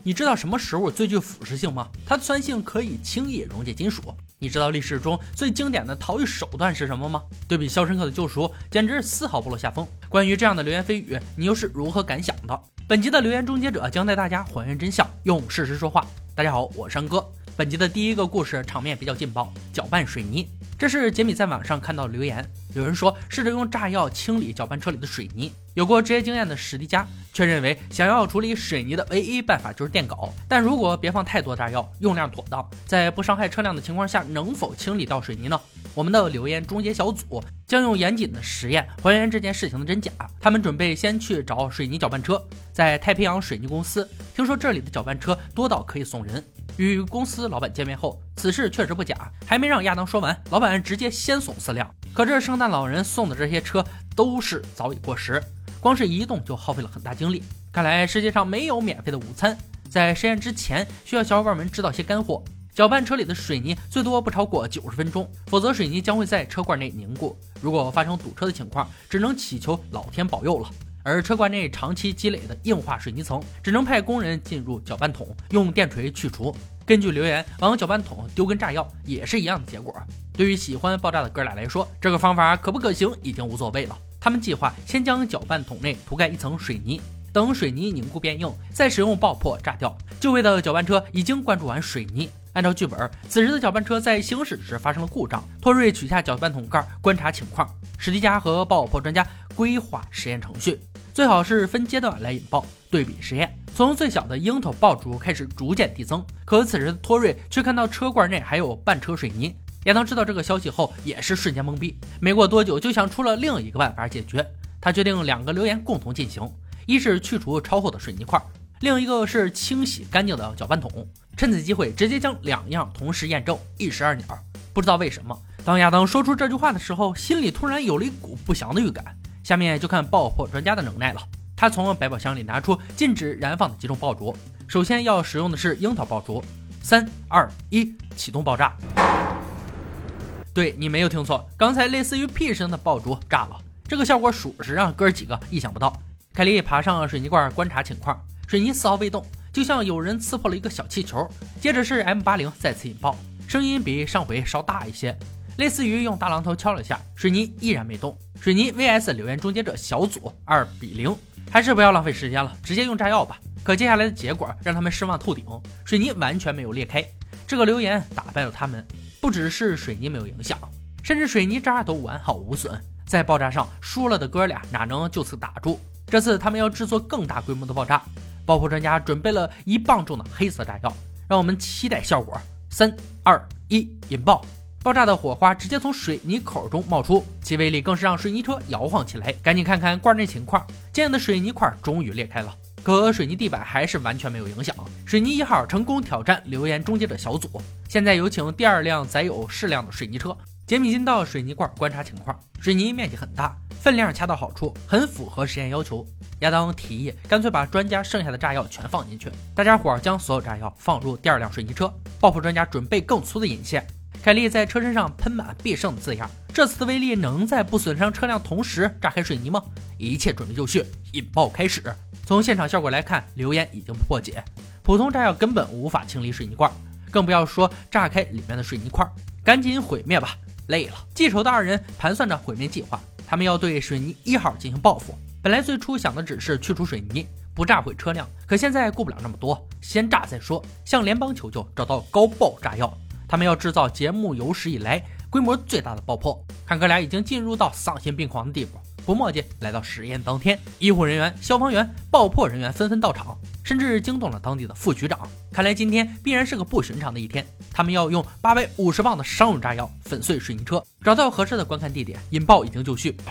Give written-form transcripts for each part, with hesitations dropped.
你知道什么食物最具腐蚀性吗？它的酸性可以轻易溶解金属。你知道历史中最经典的逃狱手段是什么吗？对比《肖申克的救赎》，简直丝毫不落下风。关于这样的流言蜚语，你又是如何感想的？本集的留言终结者将带大家还原真相，用事实说话。大家好，我是山哥。本集的第一个故事场面比较劲爆，搅拌水泥。这是杰米在网上看到的留言，有人说试着用炸药清理搅拌车里的水泥。有过职业经验的史迪加却认为，想要处理水泥的唯一办法就是电镐，但如果别放太多炸药，用量妥当，在不伤害车辆的情况下，能否清理掉水泥呢？我们的留言终结小组将用严谨的实验还原这件事情的真假。他们准备先去找水泥搅拌车，在太平洋水泥公司，听说这里的搅拌车多到可以送人。与公司老板见面后，此事确实不假。还没让亚当说完，老板直接先送4辆。可这圣诞老人送的这些车都是早已过时，光是移动就耗费了很大精力。看来世界上没有免费的午餐，在实验之前需要小伙伴们知道些干货。搅拌车里的水泥最多不超过90分钟，否则水泥将会在车罐内凝固。如果发生堵车的情况，只能祈求老天保佑了。而车罐内长期积累的硬化水泥层，只能派工人进入搅拌桶，用电锤去除。根据留言，往搅拌桶丢根炸药也是一样的结果。对于喜欢爆炸的哥俩来说，这个方法可不可行已经无所谓了。他们计划先将搅拌桶内涂盖一层水泥，等水泥凝固变硬，再使用爆破炸掉。就位的搅拌车已经灌注完水泥。按照剧本，此时的搅拌车在行驶时发生了故障。托瑞取下搅拌桶盖观察情况，史迪加和爆破专家规划实验程序，最好是分阶段来引爆，对比实验，从最小的樱桃爆竹开始逐渐递增。可此时的托瑞却看到车罐内还有半车水泥。亚当知道这个消息后也是瞬间懵逼，没过多久就想出了另一个办法解决。他决定2个留言共同进行，一是去除超厚的水泥块，另一个是清洗干净的搅拌桶。趁此机会直接将2样同时验证，一石二鸟。不知道为什么，当亚当说出这句话的时候，心里突然有了一股不祥的预感。下面就看爆破专家的能耐了。他从百宝箱里拿出禁止燃放的几种爆竹，首先要使用的是樱桃爆竹。3、2、1，启动爆炸。对，你没有听错，刚才类似于屁声的爆竹炸了。这个效果属实让哥几个意想不到。凯莉爬上水泥罐观察情况，水泥丝毫未动，就像有人刺破了一个小气球。接着是 M80 再次引爆，声音比上回稍大一些，类似于用大榔头敲了下，水泥依然没动。水泥 VS 留言终结者小组2比0，还是不要浪费时间了，直接用炸药吧。可接下来的结果让他们失望透顶，水泥完全没有裂开。这个留言打败了他们，不只是水泥没有影响，甚至水泥渣都完好无损。在爆炸上输了的哥俩哪能就此打住？这次他们要制作更大规模的爆炸。爆破专家准备了1磅重的黑色炸药，让我们期待效果。3、2、1，引爆！爆炸的火花直接从水泥口中冒出，其威力更是让水泥车摇晃起来。赶紧看看罐内情况，坚硬的水泥块终于裂开了，可水泥地板还是完全没有影响。水泥1号成功挑战留言终结者小组。现在有请第2辆载有适量的水泥车。杰米进到水泥罐观察情况，水泥面积很大，分量恰到好处，很符合实验要求。亚当提议干脆把专家剩下的炸药全放进去。大家伙将所有炸药放入第2辆水泥车。爆破专家准备更粗的引线。凯莉在车身上喷满必胜的字样，这次的威力能在不损伤车辆同时炸开水泥吗？一切准备就绪，引爆开始。从现场效果来看，留言已经破解，普通炸药根本无法清理水泥罐，更不要说炸开里面的水泥块。赶紧毁灭吧，累了。记仇的2人盘算着毁灭计划，他们要对水泥1号进行报复。本来最初想的只是去除水泥，不炸毁车辆，可现在顾不了那么多，先炸再说。向联邦求救，找到高爆炸药。他们要制造节目有史以来规模最大的爆破。看哥俩已经进入到丧心病狂的地步，不墨迹来到实验当天，医护人员、消防员、爆破人员纷纷到场，甚至惊动了当地的副局长。看来今天必然是个不寻常的一天。他们要用850磅的商用炸药粉碎水泥车，找到合适的观看地点，引爆已经就绪。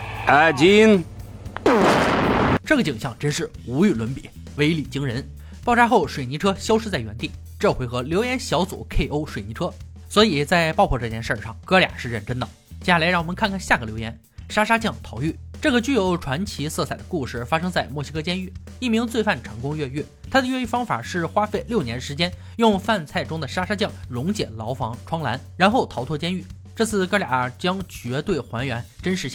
这个景象真是无与伦比，威力惊人。爆炸后水泥车消失在原地，这回合留言小组 KO 水泥车。所以在爆破这件事上，哥俩是认真的。接下来让我们看看下个留言：沙沙酱逃狱。这个具有传奇色彩的故事发生在墨西哥监狱，一名罪犯成功越狱。他的越狱方法是花费6年时间，用饭菜中的沙沙酱溶解牢房窗栏，然后逃脱监狱。这次哥俩将绝对还原真实现场，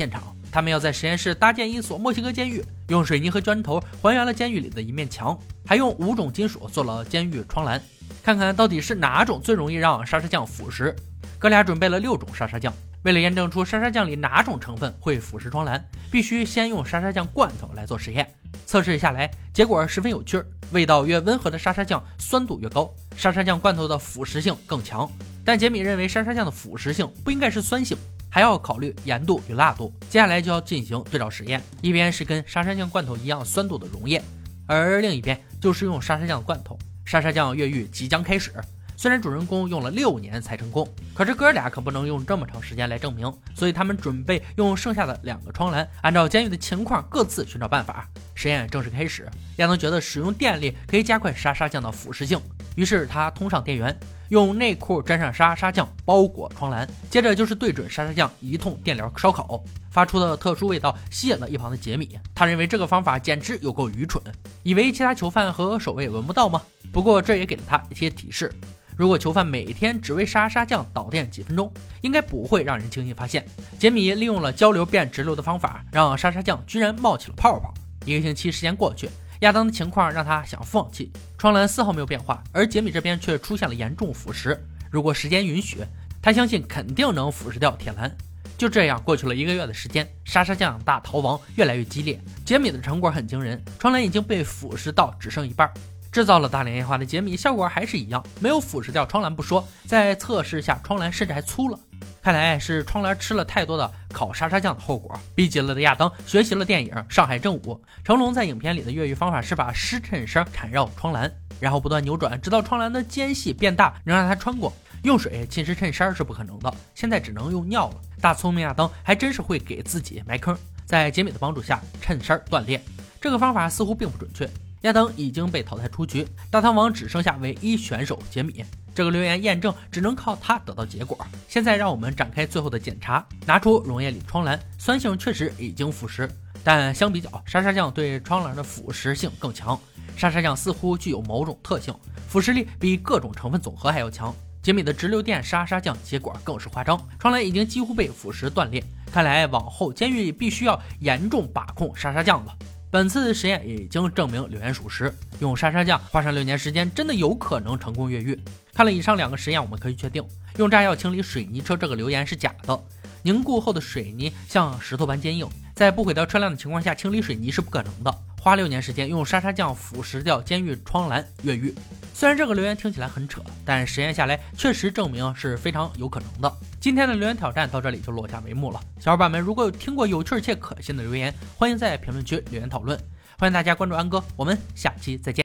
他们要在实验室搭建一所墨西哥监狱，用水泥和砖头还原了监狱里的一面墙，还用5种金属做了监狱窗栏，看看到底是哪种最容易让沙沙酱腐蚀。哥俩准备了6种沙沙酱，为了验证出沙沙酱里哪种成分会腐蚀窗栏，必须先用沙沙酱罐头来做实验。测试下来，结果十分有趣，味道越温和的沙沙酱酸度越高，沙沙酱罐头的腐蚀性更强。但杰米认为沙沙酱的腐蚀性不应该是酸性，还要考虑盐度与辣度。接下来就要进行对照实验，一边是跟沙沙酱罐头一样酸度的溶液，而另一边就是用沙沙酱的罐头。沙沙酱越狱即将开始，虽然主人公用了6年才成功，可是哥俩可不能用这么长时间来证明，所以他们准备用剩下的2个窗栏，按照监狱的情况各自寻找办法。实验正式开始，亚当觉得使用电力可以加快沙沙酱的腐蚀性，于是他通上电源，用内裤沾上沙沙酱包裹窗栏，接着就是对准沙沙酱一通电疗烧烤，发出的特殊味道吸引了一旁的杰米。他认为这个方法简直有够愚蠢，以为其他囚犯和守卫闻不到吗？不过这也给了他一些提示，如果囚犯每天只为沙沙酱导电几分钟，应该不会让人轻易发现。杰米利用了交流变直流的方法，让沙沙酱居然冒起了泡泡。1个星期时间过去，亚当的情况让他想放弃，窗栏丝毫没有变化，而杰米这边却出现了严重腐蚀。如果时间允许，他相信肯定能腐蚀掉铁栏。就这样过去了1个月的时间，沙沙酱大逃亡越来越激烈，杰米的成果很惊人，窗栏已经被腐蚀到只剩一半。制造了大量烟花的杰米效果还是一样，没有腐蚀掉窗栏不说，在测试下窗栏甚至还粗了。看来是窗栏吃了太多的烤沙沙酱的后果。逼急了的亚当学习了电影《上海正午》，成龙在影片里的越狱方法是把湿衬衫缠绕窗栏，然后不断扭转，直到窗栏的间隙变大，能让它穿过。用水浸湿衬衫是不可能的，现在只能用尿了。大聪明亚当还真是会给自己埋坑。在杰米的帮助下，衬衫断裂，这个方法似乎并不准确。亚当已经被淘汰出局，大汤王只剩下唯一选手杰米。这个留言验证只能靠他得到结果。现在让我们展开最后的检查，拿出溶液里窗栏，酸性确实已经腐蚀，但相比较，沙沙酱对窗栏的腐蚀性更强。沙沙酱似乎具有某种特性，腐蚀力比各种成分总和还要强。杰米的直流电沙沙酱结果更是夸张，窗栏已经几乎被腐蚀断裂。看来往后监狱必须要严重把控沙沙酱了。本次实验已经证明流言属实，用沙沙酱花上6年时间，真的有可能成功越狱。看了以上2个实验，我们可以确定，用炸药清理水泥车这个流言是假的。凝固后的水泥像石头般坚硬，在不毁掉车辆的情况下清理水泥是不可能的。花6年时间用沙沙酱腐蚀掉监狱窗栏越狱，虽然这个留言听起来很扯，但实验下来确实证明是非常有可能的。今天的留言挑战到这里就落下帷幕了。小伙伴们如果有听过有趣且可信的留言，欢迎在评论区留言讨论。欢迎大家关注安哥，我们下期再见。